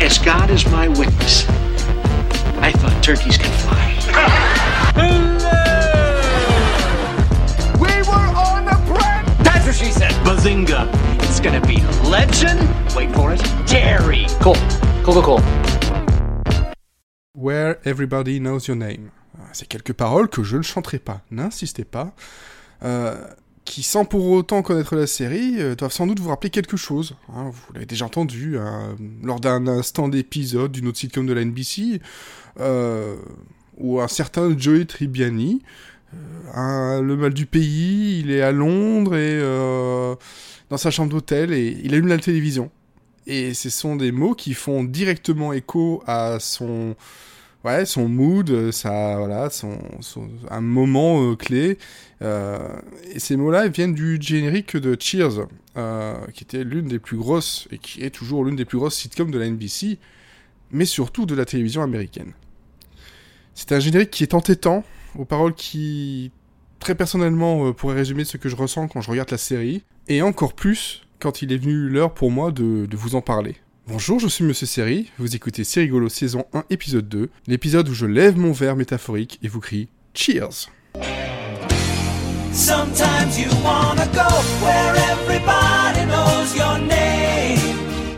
as God is my witness, I thought turkeys could fly. We were on a break! That's what she said. Bazinga. It's gonna be legend. Wait for it. Dairy. Cool. Where Everybody Knows Your Name. C'est quelques paroles que je ne chanterai pas, n'insistez pas, qui sans pour autant connaître la série, doivent sans doute vous rappeler quelque chose. Hein, vous l'avez déjà entendu lors d'un instant d'épisode d'une autre sitcom de la NBC, où un certain Joey Tribbiani, le mal du pays, il est à Londres et dans sa chambre d'hôtel et il allume la télévision. Et ce sont des mots qui font directement écho à son mood, un moment clé. Et ces mots-là viennent du générique de Cheers, qui était l'une des plus grosses, et qui est toujours l'une des plus grosses sitcoms de la NBC, mais surtout de la télévision américaine. C'est un générique qui est entêtant, aux paroles qui, très personnellement, pourraient résumer ce que je ressens quand je regarde la série, et encore plus quand il est venu l'heure pour moi de vous en parler. Bonjour, je suis Monsieur Série, vous écoutez C'est rigolo saison 1 épisode 2, l'épisode où je lève mon verre métaphorique et vous crie Cheers. Sometimes you wanna go where everybody knows your name,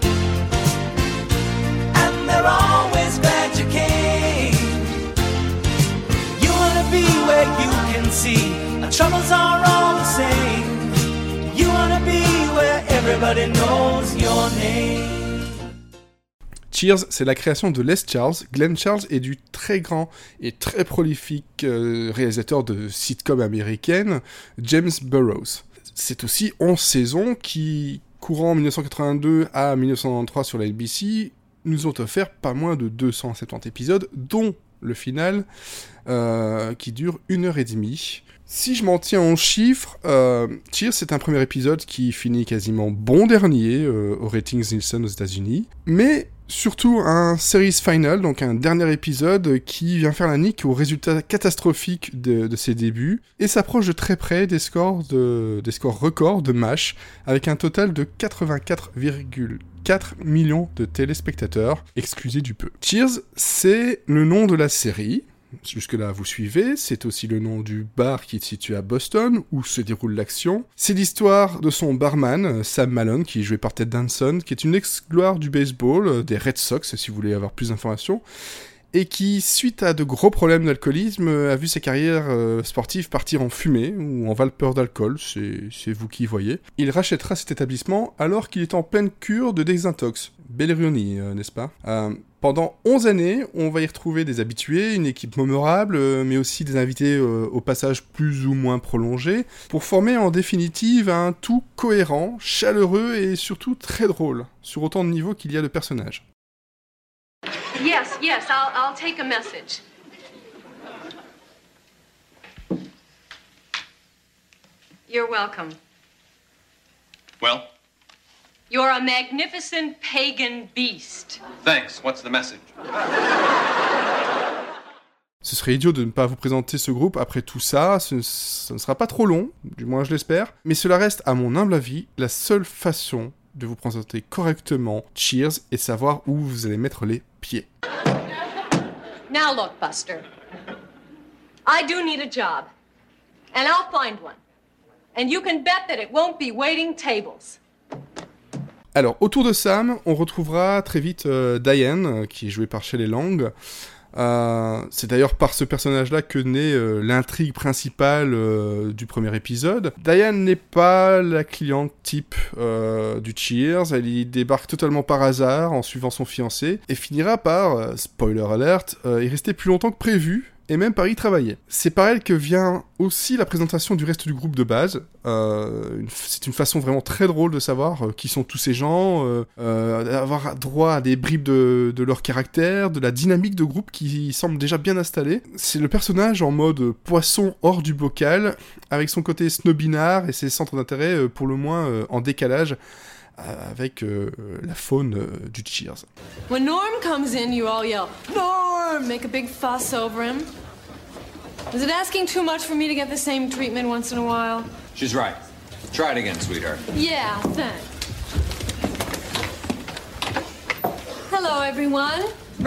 and they're always glad you came. You wanna be where you can see our troubles are all the same. You wanna be where everybody knows your name. Cheers, c'est la création de Les Charles, Glenn Charles, et du très grand et très prolifique réalisateur de sitcoms américaines, James Burrows. C'est aussi 11 saisons qui, courant 1982 à 1993 sur la NBC, nous ont offert pas moins de 270 épisodes, dont le final, qui dure 1h30. Si je m'en tiens en chiffres, Cheers, c'est un premier épisode qui finit quasiment bon dernier au ratings Nielsen aux États-Unis, mais surtout un series final, donc un dernier épisode qui vient faire la nique aux résultats catastrophiques de ses débuts, et s'approche de très près des scores records de MASH, avec un total de 84,4 millions de téléspectateurs, exclusez du peu. Cheers, c'est le nom de la série. Jusque-là, vous suivez, c'est aussi le nom du bar qui est situé à Boston, où se déroule l'action. C'est l'histoire de son barman, Sam Malone, qui est joué par Ted Danson, qui est une ex-gloire du baseball, des Red Sox, si vous voulez avoir plus d'informations, et qui, suite à de gros problèmes d'alcoolisme, a vu sa carrière sportive partir en fumée, ou en vapeur d'alcool, c'est vous qui voyez. Il rachètera cet établissement alors qu'il est en pleine cure de désintox. Belle ironie, n'est-ce pas ? Pendant 11 années, on va y retrouver des habitués, une équipe mémorable, mais aussi des invités au passage plus ou moins prolongé, pour former en définitive un tout cohérent, chaleureux et surtout très drôle, sur autant de niveaux qu'il y a de personnages. Yes, I'll take a message. You're welcome. Well? You're a magnificent pagan beast. Thanks. What's the message? Ce serait idiot de ne pas vous présenter ce groupe. Après tout ça, ce ne sera pas trop long, du moins je l'espère. Mais cela reste, à mon humble avis, la seule façon de vous présenter correctement Cheers et savoir où vous allez mettre les pieds. Now look, Buster. I do need a job. And I'll find one. And you can bet that it won't be waiting tables. Alors, autour de Sam, on retrouvera très vite Diane, qui est jouée par Shelley Long. C'est d'ailleurs par ce personnage-là que naît l'intrigue principale du premier épisode. Diane n'est pas la cliente type du Cheers, elle y débarque totalement par hasard en suivant son fiancé, et finira par, spoiler alert, y rester plus longtemps que prévu, et même par y travailler. C'est par elle que vient aussi la présentation du reste du groupe de base. C'est une façon vraiment très drôle de savoir qui sont tous ces gens, d'avoir droit à des bribes de leur caractère, de la dynamique de groupe qui semble déjà bien installée. C'est le personnage en mode poisson hors du bocal, avec son côté snobinard et ses centres d'intérêt pour le moins en décalage avec la faune du Cheers. When Norm comes in, you all yell, "Norm!" Make a big fuss over him. Is it asking too much for me to get the same treatment once in a while? She's right. Try it again, sweetheart. Yeah, thanks. Hello, everyone.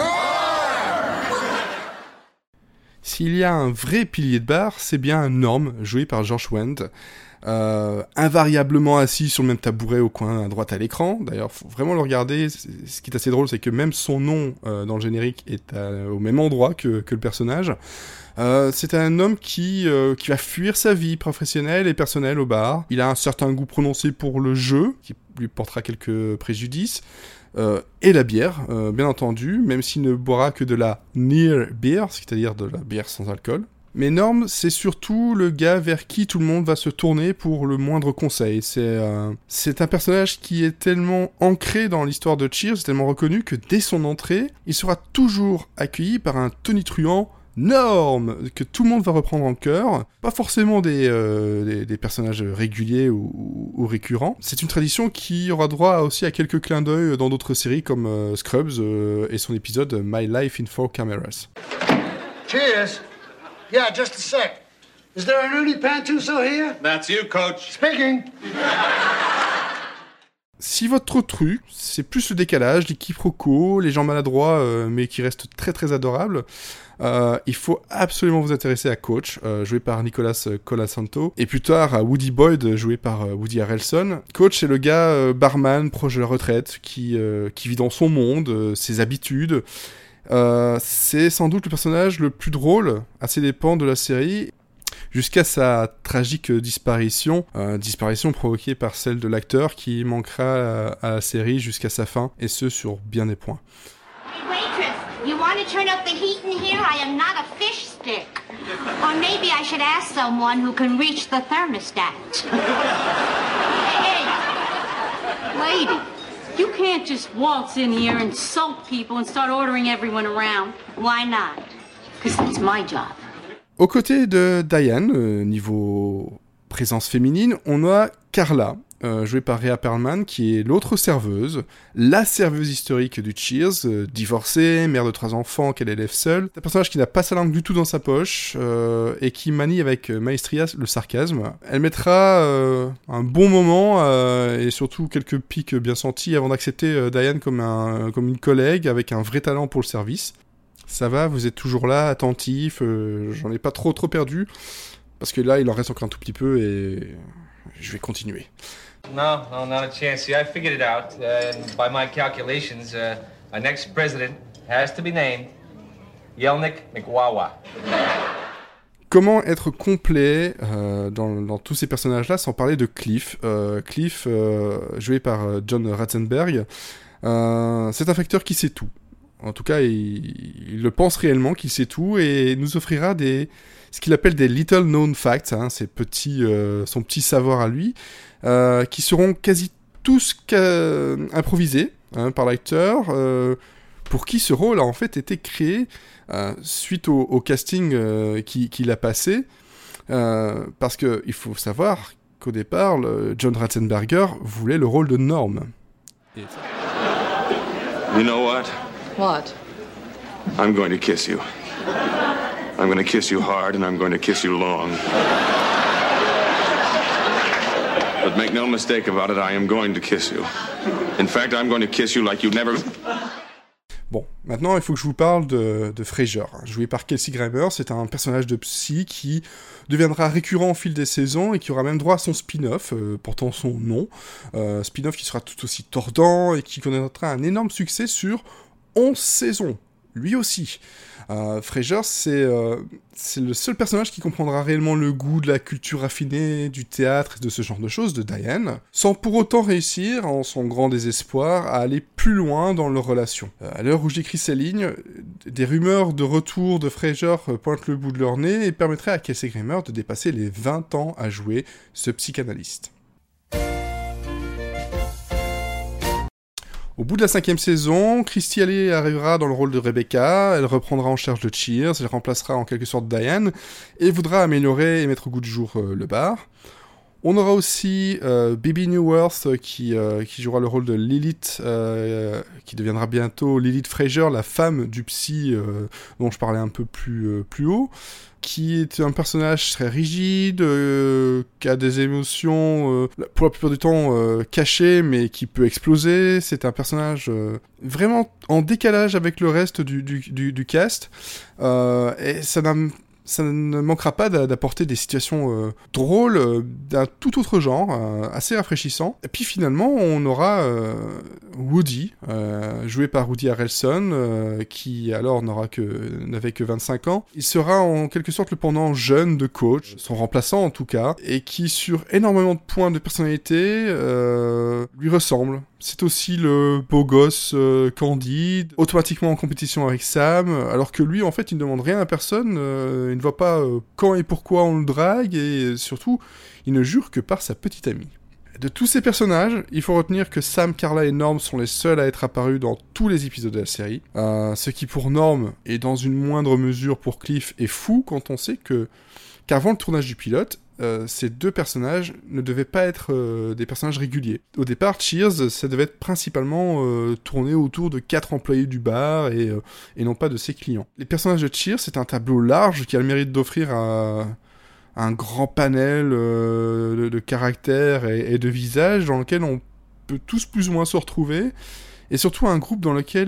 S'il y a un vrai pilier de bar, c'est bien Norm, joué par George Wendt, invariablement assis sur le même tabouret au coin à droite à l'écran. D'ailleurs, faut vraiment le regarder. Ce qui est assez drôle, c'est que même son nom dans le générique est au même endroit que le personnage. C'est un homme qui va fuir sa vie professionnelle et personnelle au bar. Il a un certain goût prononcé pour le jeu, qui lui portera quelques préjudices. Et la bière, bien entendu, même s'il ne boira que de la near beer, c'est-à-dire de la bière sans alcool. Mais Norm, c'est surtout le gars vers qui tout le monde va se tourner pour le moindre conseil. C'est un personnage qui est tellement ancré dans l'histoire de Cheers, tellement reconnu que dès son entrée, il sera toujours accueilli par un tonitruant Norm, que tout le monde va reprendre en chœur. Pas forcément des personnages réguliers ou récurrents. C'est une tradition qui aura droit aussi à quelques clins d'œil dans d'autres séries comme Scrubs et son épisode My Life in 4 Cameras. Cheers. Yeah, just a sec. Is there an Uni Pantuso here? That's you, Coach. Speaking. Si votre truc, c'est plus le décalage, les quiproquos, les gens maladroits, mais qui restent très très adorables, il faut absolument vous intéresser à Coach, joué par Nicolas Colasanto, et plus tard à Woody Boyd, joué par Woody Harrelson. Coach, c'est le gars barman proche de la retraite, qui vit dans son monde, ses habitudes. C'est sans doute le personnage le plus drôle, à ses dépens de la série, jusqu'à sa tragique disparition provoquée par celle de l'acteur qui manquera à la série jusqu'à sa fin, et ce sur bien des points. Hey, waitress, you want to turn up the heat in here? I am not a fish stick. Or maybe I should ask someone who can reach the thermostat. Hey, lady, you can't just waltz in here, insult people, and start ordering everyone around. Why not? Because that's my job. Aux côtés de Diane, niveau présence féminine, on a Carla, jouée par Rhea Perlman, qui est l'autre serveuse, la serveuse historique du Cheers, divorcée, mère de 3 enfants qu'elle élève seule. C'est un personnage qui n'a pas sa langue du tout dans sa poche, et qui manie avec maestria le sarcasme. Elle mettra un bon moment, et surtout quelques pics bien sentis, avant d'accepter Diane comme une collègue, avec un vrai talent pour le service. Ça va, vous êtes toujours là, attentif, j'en ai pas trop perdu, parce que là, il en reste encore un tout petit peu, et je vais continuer. No, not a chance. See, I figured it out. By my calculations, our next president has to be named Yelnik McWawa. Comment être complet dans tous ces personnages-là, sans parler de Cliff. Cliff, joué par John Ratzenberg, c'est un facteur qui sait tout. En tout cas, il le pense réellement qu'il sait tout, et nous offrira ce qu'il appelle des little known facts, hein, son petit savoir à lui, qui seront quasi tous improvisés par l'acteur, pour qui ce rôle a en fait été créé suite au casting qu'il a passé, parce qu'il faut savoir qu'au départ, John Ratzenberger voulait le rôle de Norm. You know what? What? I'm going to kiss you. I'm going to kiss you hard, and I'm going to kiss you long. But make no mistake about it, I am going to kiss you. In fact, I'm going to kiss you like you've never... Bon, maintenant il faut que je vous parle de Frasier, joué par Kelsey Grammer. C'est un personnage de psy qui deviendra récurrent au fil des saisons et qui aura même droit à son spin-off, portant son nom. Spin-off qui sera tout aussi tordant et qui connaîtra un énorme succès sur 11 saisons, lui aussi. Frasier, c'est le seul personnage qui comprendra réellement le goût de la culture raffinée, du théâtre et de ce genre de choses de Diane, sans pour autant réussir, en son grand désespoir, à aller plus loin dans leur relation. À l'heure où j'écris ces lignes, des rumeurs de retour de Frasier pointent le bout de leur nez et permettraient à Kelsey Grammer de dépasser les 20 ans à jouer ce psychanalyste. Au bout de la 5e saison, Kirstie Alley arrivera dans le rôle de Rebecca, elle reprendra en charge le Cheers, elle remplacera en quelque sorte Diane, et voudra améliorer et mettre au goût du jour le bar. On aura aussi Bebe Neuwirth qui jouera le rôle de Lilith, qui deviendra bientôt Lilith Fraser, la femme du psy dont je parlais un peu plus haut, qui est un personnage très rigide, qui a des émotions pour la plupart du temps cachées, mais qui peut exploser. C'est un personnage vraiment en décalage avec le reste du cast, et ça ne manquera pas d'apporter des situations drôles d'un tout autre genre, assez rafraîchissant. Et puis finalement, on aura Woody, joué par Woody Harrelson, qui alors n'avait que 25 ans. Il sera en quelque sorte le pendant jeune de Coach, son remplaçant en tout cas, et qui sur énormément de points de personnalité lui ressemble. C'est aussi le beau gosse candide, automatiquement en compétition avec Sam, alors que lui, en fait, il ne demande rien à personne, il ne voit pas quand et pourquoi on le drague, et surtout, il ne jure que par sa petite amie. De tous ces personnages, il faut retenir que Sam, Carla et Norm sont les seuls à être apparus dans tous les épisodes de la série, ce qui pour Norm, et dans une moindre mesure pour Cliff, est fou quand on sait qu'avant le tournage du pilote, ces deux personnages ne devaient pas être des personnages réguliers. Au départ, Cheers, ça devait être principalement tourné autour de 4 employés du bar et non pas de ses clients. Les personnages de Cheers, c'est un tableau large qui a le mérite d'offrir un grand panel de caractères et de visages dans lequel on peut tous plus ou moins se retrouver, et surtout un groupe dans lequel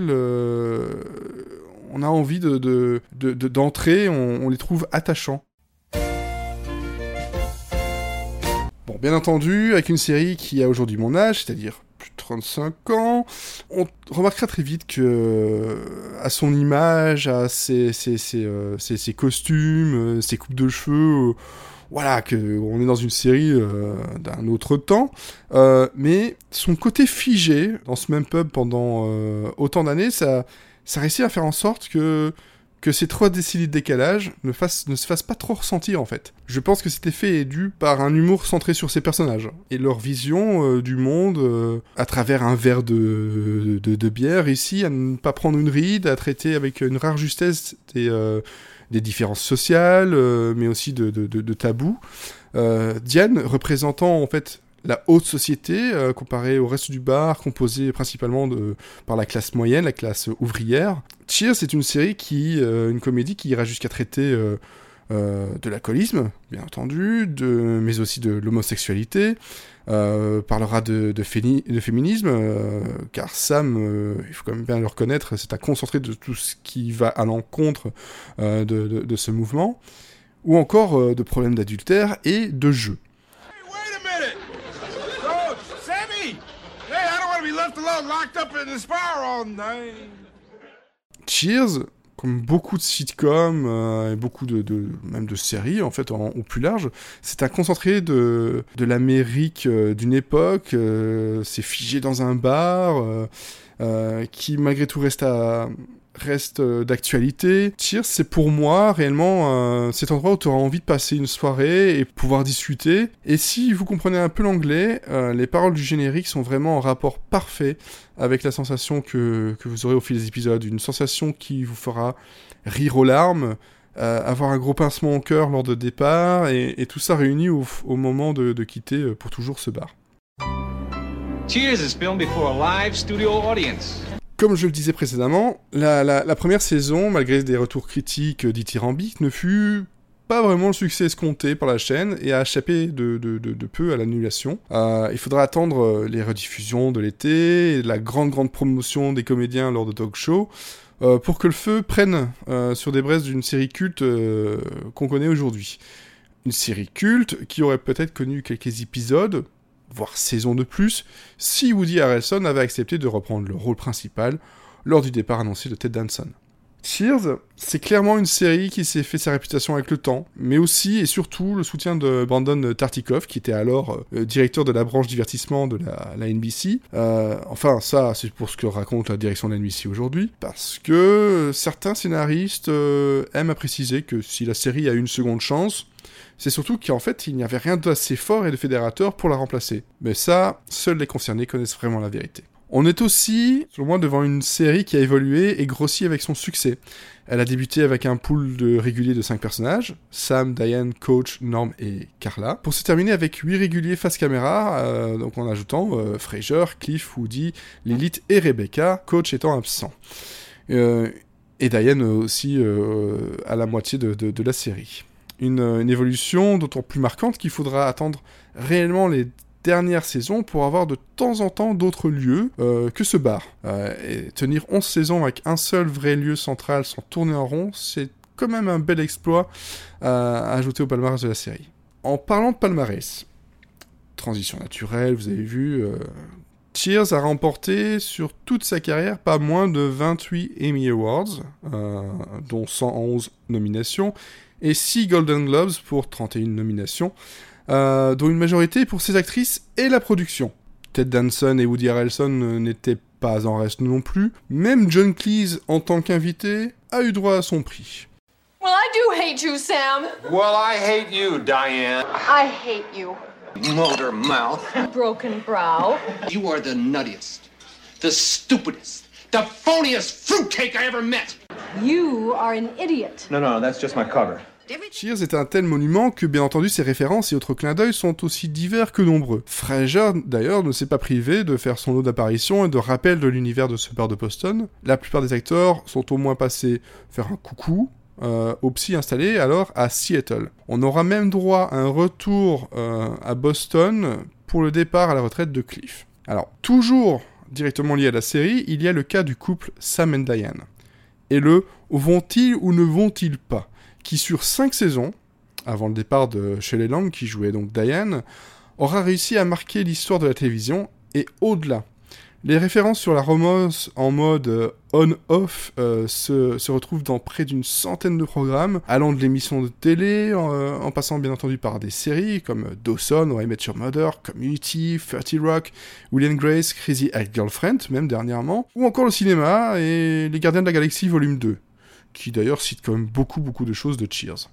on a envie d'entrer, on les trouve attachants. Bon, bien entendu, avec une série qui a aujourd'hui mon âge, c'est-à-dire plus de 35 ans, on remarquera très vite que, à son image, à ses costumes, ses coupes de cheveux, voilà, qu'on est dans une série d'un autre temps, mais son côté figé dans ce même pub pendant autant d'années, ça réussit à faire en sorte que ces 3 décennies de décalage ne se fassent pas trop ressentir en fait. Je pense que cet effet est dû par un humour centré sur ces personnages et leur vision du monde à travers un verre de bière ici, à ne pas prendre une ride, à traiter avec une rare justesse des différences sociales, mais aussi de tabous. Diane représentant en fait la haute société, comparée au reste du bar, composé principalement par la classe moyenne, la classe ouvrière. Cheers, c'est une série une comédie qui ira jusqu'à traiter de l'alcoolisme, bien entendu, mais aussi de l'homosexualité, parlera de féminisme, car Sam, il faut quand même bien le reconnaître, c'est un concentré de tout ce qui va à l'encontre de ce mouvement, ou encore de problèmes d'adultère et de jeu. Cheers, comme beaucoup de sitcoms et beaucoup même de séries en fait au plus large, c'est un concentré de l'Amérique d'une époque, c'est figé dans un bar qui malgré tout reste d'actualité. Cheers, c'est pour moi réellement cet endroit où tu auras envie de passer une soirée et pouvoir discuter. Et si vous comprenez un peu l'anglais, les paroles du générique sont vraiment en rapport parfait avec la sensation que vous aurez au fil des épisodes. Une sensation qui vous fera rire aux larmes, avoir un gros pincement au cœur lors de départ, et tout ça réuni au moment de quitter pour toujours ce bar. Cheers is filmed before a live studio audience. Comme je le disais précédemment, la première saison, malgré des retours critiques dithyrambiques, ne fut pas vraiment le succès escompté par la chaîne et a échappé de peu à l'annulation. Il faudra attendre les rediffusions de l'été et la grande promotion des comédiens lors de talk shows pour que le feu prenne sur des braises d'une série culte qu'on connaît aujourd'hui. Une série culte qui aurait peut-être connu quelques épisodes, voire saison de plus, si Woody Harrelson avait accepté de reprendre le rôle principal lors du départ annoncé de Ted Danson. Cheers, c'est clairement une série qui s'est fait sa réputation avec le temps, mais aussi et surtout le soutien de Brandon Tartikoff, qui était alors directeur de la branche divertissement de la NBC. Enfin, ça, c'est pour ce que raconte la direction de la NBC aujourd'hui, parce que certains scénaristes aiment à préciser que si la série a une seconde chance, c'est surtout qu'en fait, il n'y avait rien d'assez fort et de fédérateur pour la remplacer. Mais ça, seuls les concernés connaissent vraiment la vérité. On est aussi, selon moi, devant une série qui a évolué et grossi avec son succès. Elle a débuté avec un pool de réguliers de 5 personnages, Sam, Diane, Coach, Norm et Carla, pour se terminer avec 8 réguliers face caméra, donc en ajoutant Frasier, Cliff, Woody, Lilith et Rebecca, Coach étant absent. Et Diane aussi à la moitié de la série. Une évolution d'autant plus marquante qu'il faudra attendre réellement les dernières saisons pour avoir de temps en temps d'autres lieux que ce bar. Et tenir 11 saisons avec un seul vrai lieu central sans tourner en rond, c'est quand même un bel exploit à ajouter au palmarès de la série. En parlant de palmarès, transition naturelle, vous avez vu, Cheers a remporté sur toute sa carrière pas moins de 28 Emmy Awards, dont 111 nominations, et 6 Golden Globes pour 31 nominations, dont une majorité pour ses actrices et la production. Ted Danson et Woody Harrelson n'étaient pas en reste non plus. Même John Cleese, en tant qu'invité, a eu droit à son prix. Well, I do hate you, Sam. Well, I hate you, Diane. I hate you. Motor mouth. Broken brow. You are the nuttiest, the stupidest, the phoniest fruitcake I ever met. You are an idiot. No, that's just my cover. Cheers est un tel monument que, bien entendu, ses références et autres clins d'œil sont aussi divers que nombreux. Frasier, d'ailleurs, ne s'est pas privé de faire son lot d'apparitions et de rappels de l'univers de ce bar de Boston. La plupart des acteurs sont au moins passés faire un coucou au psy installé alors à Seattle. On aura même droit à un retour à Boston pour le départ à la retraite de Cliff. Alors, toujours directement lié à la série, il y a le cas du couple Sam et Diane. Et le « vont-ils ou ne vont-ils pas ?» qui sur 5 saisons, avant le départ de Shelley Long, qui jouait donc Diane, aura réussi à marquer l'histoire de la télévision, et au-delà. Les références sur la romance en mode on-off se retrouvent dans près d'une centaine de programmes, allant de l'émission de télé, en passant bien entendu par des séries comme Dawson, How I Met Your Mother, Community, 30 Rock, Will and Grace, Crazy Ex-Girlfriend, même dernièrement, ou encore le cinéma et Les Gardiens de la Galaxie Volume 2. Qui d'ailleurs cite quand même beaucoup de choses de Cheers.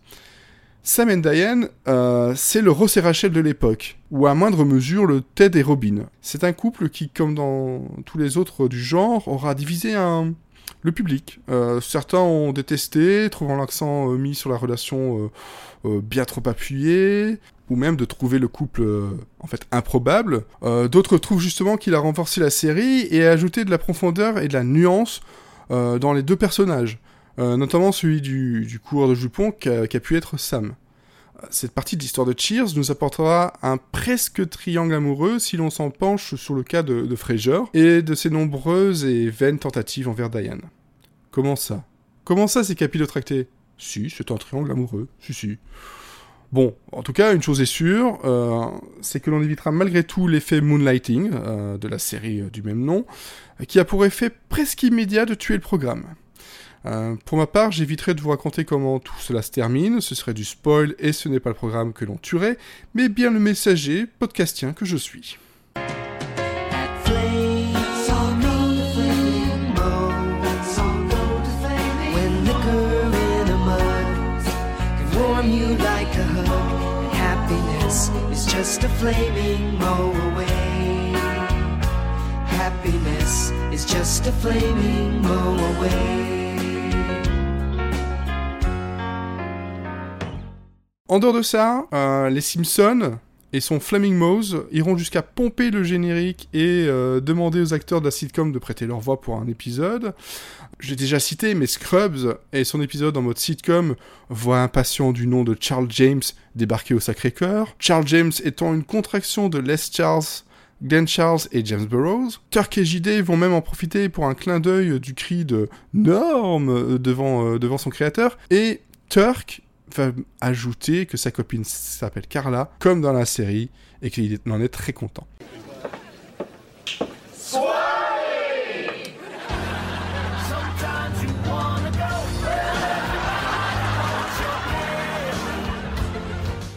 Sam et Diane, c'est le Ross et Rachel de l'époque, ou à moindre mesure le Ted et Robin. C'est un couple qui, comme dans tous les autres du genre, aura divisé le public. Certains ont détesté, trouvant l'accent mis sur la relation bien trop appuyé, ou même de trouver le couple en fait improbable. D'autres trouvent justement qu'il a renforcé la série et a ajouté de la profondeur et de la nuance dans les deux personnages. Notamment celui du coureur de jupons qu'a pu être Sam. Cette partie de l'histoire de Cheers nous apportera un presque triangle amoureux si l'on s'en penche sur le cas de Frasier et de ses nombreuses et vaines tentatives envers Diane. Comment ça c'est capillotracté ? Si, c'est un triangle amoureux, si. Bon, en tout cas, une chose est sûre, c'est que l'on évitera malgré tout l'effet moonlighting de la série du même nom, qui a pour effet presque immédiat de tuer le programme. Pour ma part, j'éviterai de vous raconter comment tout cela se termine, ce serait du spoil et ce n'est pas le programme que l'on tuerait, mais bien le messager podcastien que je suis. En dehors de ça, les Simpsons et son Flaming Mouse iront jusqu'à pomper le générique et demander aux acteurs de la sitcom de prêter leur voix pour un épisode. J'ai déjà cité, mais Scrubs et son épisode en mode sitcom voit un patient du nom de Charles James débarquer au Sacré-Cœur. Charles James étant une contraction de Les Charles, Glenn Charles et James Burrows. Turk et JD vont même en profiter pour un clin d'œil du cri de « Norm » devant son créateur. Et Turk va ajouter que sa copine s'appelle Carla, comme dans la série, et qu'il en est très content.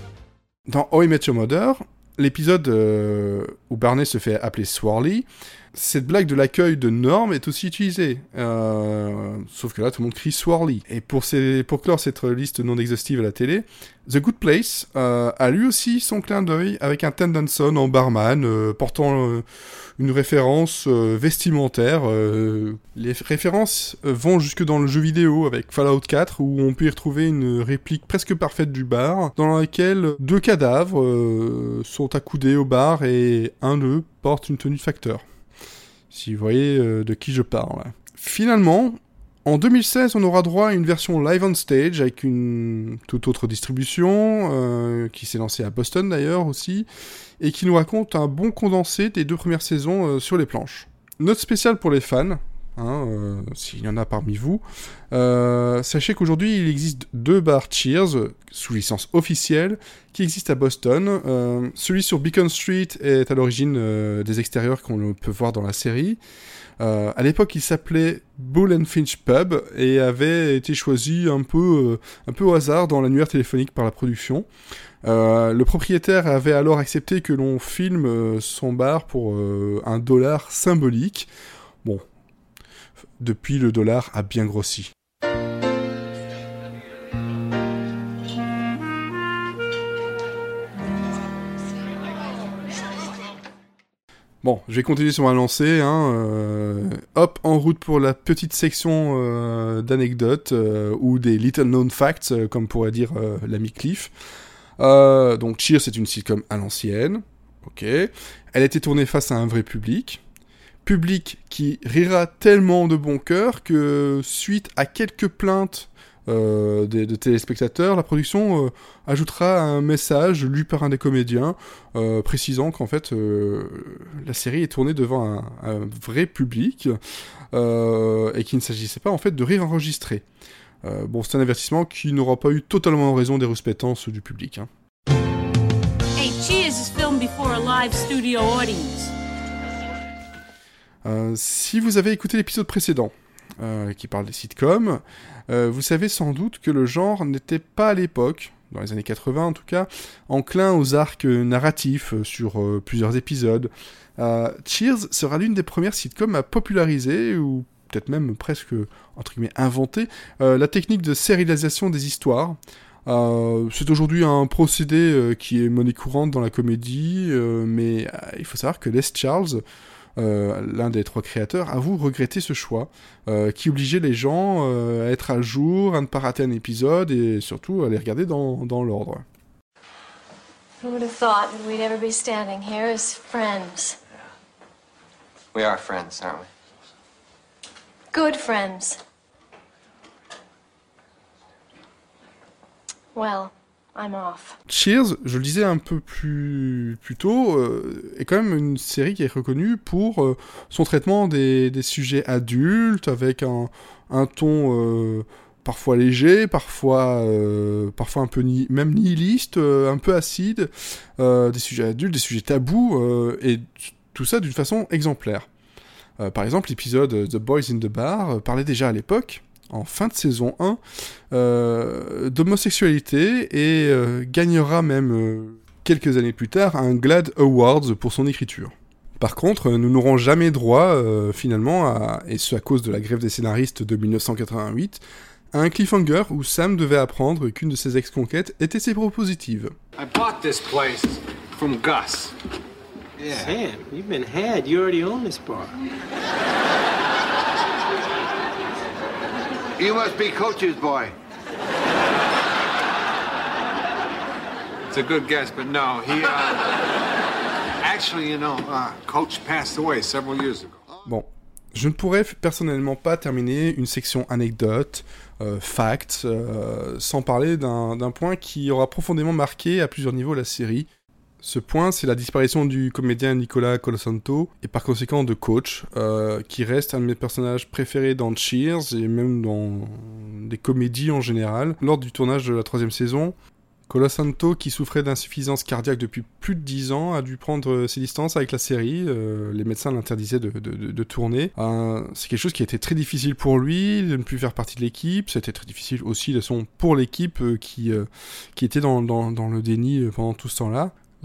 Dans How I Met Your Mother, l'épisode où Barney se fait appeler Swirly, Cette blague de l'accueil de Norm est aussi utilisée, sauf que là tout le monde crie Swirly. Et pour clore cette liste non exhaustive à la télé, The Good Place a lui aussi son clin d'œil avec un Ted Danson en barman portant une référence vestimentaire. Les références vont jusque dans le jeu vidéo avec Fallout 4 où on peut y retrouver une réplique presque parfaite du bar dans laquelle 2 cadavres sont accoudés au bar et un d'eux porte une tenue de facteur. Si vous voyez de qui je parle. Finalement, en 2016, on aura droit à une version live on stage avec une toute autre distribution, qui s'est lancée à Boston d'ailleurs aussi, et qui nous raconte un bon condensé des 2 premières saisons sur les planches. Note spéciale pour les fans, s'il y en a parmi vous, sachez qu'aujourd'hui il existe 2 bars Cheers, sous licence officielle, qui existent à Boston. Celui sur Beacon Street est à l'origine des extérieurs qu'on peut voir dans la série. À l'époque, il s'appelait Bull and Finch Pub et avait été choisi un peu au hasard dans l'annuaire téléphonique par la production. Le propriétaire avait alors accepté que l'on filme son bar pour $1 symbolique. Bon, depuis le dollar a bien grossi. Bon, je vais continuer sur ma lancée. Hop, en route pour la petite section d'anecdotes ou des little known facts, comme pourrait dire l'ami Cliff. Donc Cheers, c'est une sitcom à l'ancienne. Ok. Elle a été tournée face à un vrai public. Public qui rira tellement de bon cœur que, suite à quelques plaintes de téléspectateurs, la production ajoutera un message lu par un des comédiens précisant qu'en fait la série est tournée devant un vrai public et qu'il ne s'agissait pas en fait de rire enregistré. Bon, c'est un avertissement qui n'aura pas eu totalement raison des respectances du public. Hey, Cheers is filmed before a live studio audience. Si vous avez écouté l'épisode précédent, qui parle des sitcoms, vous savez sans doute que le genre n'était pas à l'époque, dans les années 80 en tout cas, enclin aux arcs narratifs sur plusieurs épisodes. Cheers sera l'une des premières sitcoms à populariser, ou peut-être même presque, entre guillemets, inventer, la technique de sérialisation des histoires. C'est aujourd'hui un procédé qui est monnaie courante dans la comédie, mais il faut savoir que Les Charles, l'un des 3 créateurs, avoue regretter ce choix, qui obligeait les gens à être à jour, à ne pas rater un épisode, et surtout à les regarder dans l'ordre. Who would have thought that we'd ever be standing here as friends? We are friends, aren't we? Good friends. Well, I'm off. Cheers, je le disais un peu plus tôt, est quand même une série qui est reconnue pour son traitement des sujets adultes, avec un ton parfois léger, parfois un peu même nihiliste, un peu acide, des sujets adultes, des sujets tabous, et tout ça d'une façon exemplaire. Par exemple, l'épisode The Boys in the Bar parlait déjà à l'époque, en fin de saison 1, d'homosexualité et gagnera même quelques années plus tard un GLAAD Awards pour son écriture. Par contre, nous n'aurons jamais droit, finalement, et ce à cause de la grève des scénaristes de 1988, à un cliffhanger où Sam devait apprendre qu'une de ses ex-conquêtes était séropositive. I bought this place from Gus. Yeah. Sam, you've been had. You already own this bar. You must be Coach's boy. It's a good guess, but no, he, actually, Coach passed away several years ago. Bon, je ne pourrais personnellement pas terminer une section anecdotes, facts, sans parler d'un point qui aura profondément marqué à plusieurs niveaux la série. Ce point, c'est la disparition du comédien Nicolas Colasanto, et par conséquent de Coach, qui reste un de mes personnages préférés dans Cheers, et même dans des comédies en général. Lors du tournage de la 3e saison, Colasanto, qui souffrait d'insuffisance cardiaque depuis plus de 10 ans, a dû prendre ses distances avec la série. Les médecins l'interdisaient de tourner. C'est quelque chose qui a été très difficile pour lui, de ne plus faire partie de l'équipe. C'était très difficile aussi, de toute façon, pour l'équipe qui était dans le déni pendant tout ce temps-là.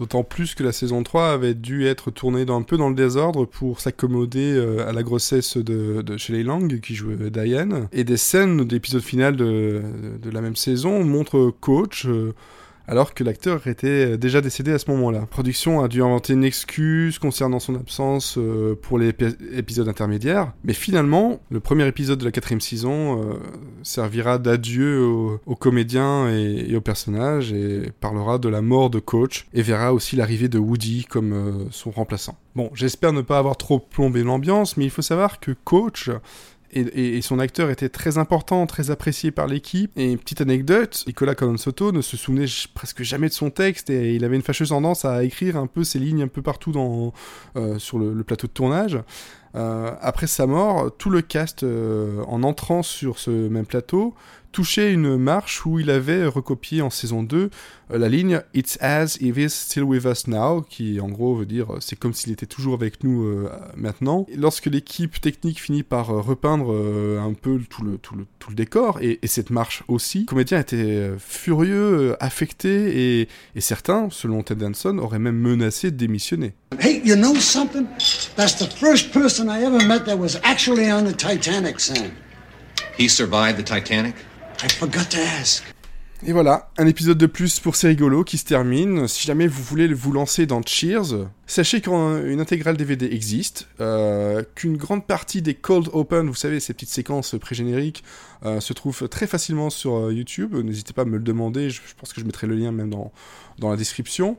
D'autant plus que la saison 3 avait dû être tournée un peu dans le désordre pour s'accommoder à la grossesse de Shelley Lang, qui jouait Diane. Et des scènes d'épisode final de la même saison montrent Coach... alors que l'acteur était déjà décédé à ce moment-là. La production a dû inventer une excuse concernant son absence pour les épisodes intermédiaires, mais finalement, le premier épisode de la 4e saison servira d'adieu aux comédiens et aux personnages, et parlera de la mort de Coach, et verra aussi l'arrivée de Woody comme son remplaçant. Bon, j'espère ne pas avoir trop plombé l'ambiance, mais il faut savoir que Coach... Et son acteur était très important, très apprécié par l'équipe. Et une petite anecdote, Nicolas Colonsotto ne se souvenait presque jamais de son texte et il avait une fâcheuse tendance à écrire un peu ses lignes un peu partout sur le plateau de tournage. Après sa mort, tout le cast, en entrant sur ce même plateau, touchait une marche où il avait recopié en saison 2 la ligne « It's as if he's still with us now », qui en gros veut dire « c'est comme s'il était toujours avec nous maintenant ». Et lorsque l'équipe technique finit par repeindre un peu tout le décor, et cette marche aussi, le comédien était furieux, affecté, et certains, selon Ted Danson, auraient même menacé de démissionner. Hey, you know something? That's the first person I ever met that was actually on the Titanic, Sam. He survived the Titanic? I forgot to ask. Et voilà, un épisode de plus pour C'est rigolo qui se termine. Si jamais vous voulez vous lancer dans Cheers, sachez qu'une intégrale DVD existe, qu'une grande partie des cold open, vous savez, ces petites séquences pré-génériques, se trouvent très facilement sur YouTube. N'hésitez pas à me le demander, je pense que je mettrai le lien même dans la description.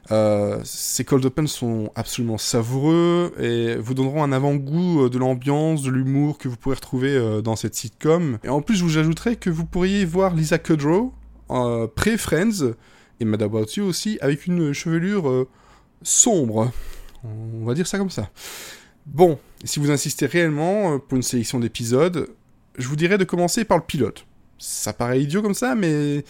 Ces cold open sont absolument savoureux et vous donneront un avant-goût de l'ambiance, de l'humour que vous pourrez retrouver dans cette sitcom. Et en plus, je vous ajouterai que vous pourriez voir Lisa Kudrow, pré-Friends, et Mad About You aussi, avec une chevelure sombre. On va dire ça comme ça. Bon, si vous insistez réellement pour une sélection d'épisodes, je vous dirais de commencer par le pilote. Ça paraît idiot comme ça, mais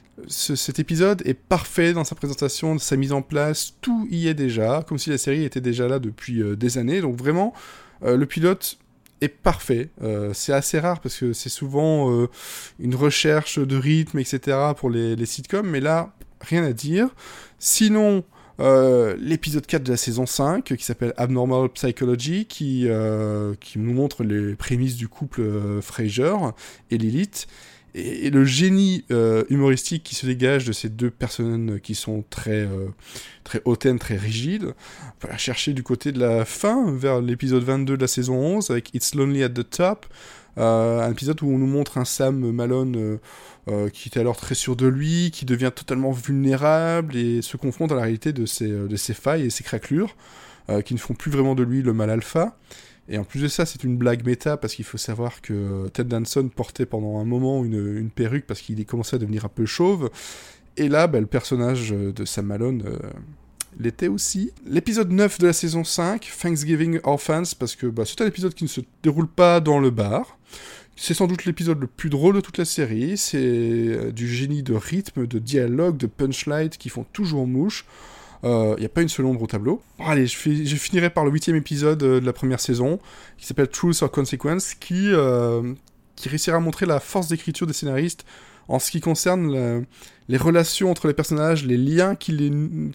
cet épisode est parfait dans sa présentation, sa mise en place, tout y est déjà, comme si la série était déjà là depuis des années. Donc vraiment, le pilote est parfait. C'est assez rare parce que c'est souvent une recherche de rythme, etc. pour les sitcoms, mais là, rien à dire. Sinon, l'épisode 4 de la saison 5, qui s'appelle Abnormal Psychology, qui nous montre les prémices du couple Frasier et Lilith, et le génie humoristique qui se dégage de ces deux personnes qui sont très hautaines, très rigides. On peut la chercher du côté de la fin, vers l'épisode 22 de la saison 11, avec It's Lonely at the Top, un épisode où on nous montre un Sam Malone qui était alors très sûr de lui, qui devient totalement vulnérable et se confronte à la réalité de ses failles et ses craquelures, qui ne font plus vraiment de lui le mal alpha. Et en plus de ça, c'est une blague méta, parce qu'il faut savoir que Ted Danson portait pendant un moment une perruque, parce qu'il commençait à devenir un peu chauve. Et là, le personnage de Sam Malone l'était aussi. L'épisode 9 de la saison 5, Thanksgiving Orphans, parce que c'est un épisode qui ne se déroule pas dans le bar. C'est sans doute l'épisode le plus drôle de toute la série. C'est du génie de rythme, de dialogue, de punchline qui font toujours mouche. Il n'y a pas une seule ombre au tableau. Bon, allez, je finirai par le 8e épisode de la première saison, qui s'appelle Truth or Consequence, qui réussira à montrer la force d'écriture des scénaristes en ce qui concerne les relations entre les personnages, les liens qui les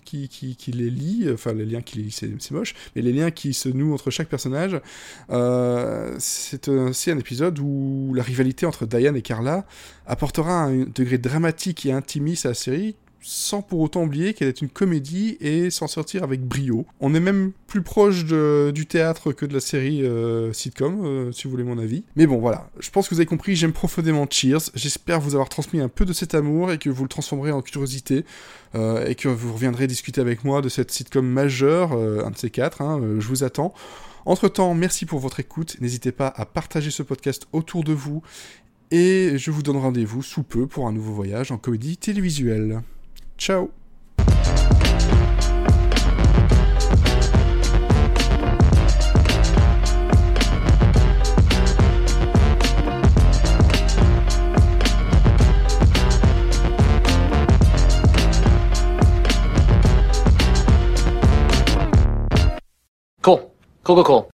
lient, enfin les liens qui les lient, c'est moche, mais les liens qui se nouent entre chaque personnage. C'est aussi un épisode où la rivalité entre Diane et Carla apportera un degré dramatique et intimiste à la série, sans pour autant oublier qu'elle est une comédie et s'en sortir avec brio. On est même plus proche du théâtre que de la série sitcom, si vous voulez mon avis. Mais bon, voilà. Je pense que vous avez compris, j'aime profondément Cheers. J'espère vous avoir transmis un peu de cet amour et que vous le transformerez en curiosité et que vous reviendrez discuter avec moi de cette sitcom majeure, un de ces quatre. Je vous attends. Entre-temps, merci pour votre écoute. N'hésitez pas à partager ce podcast autour de vous et je vous donne rendez-vous sous peu pour un nouveau voyage en comédie télévisuelle. Ciao. Cool.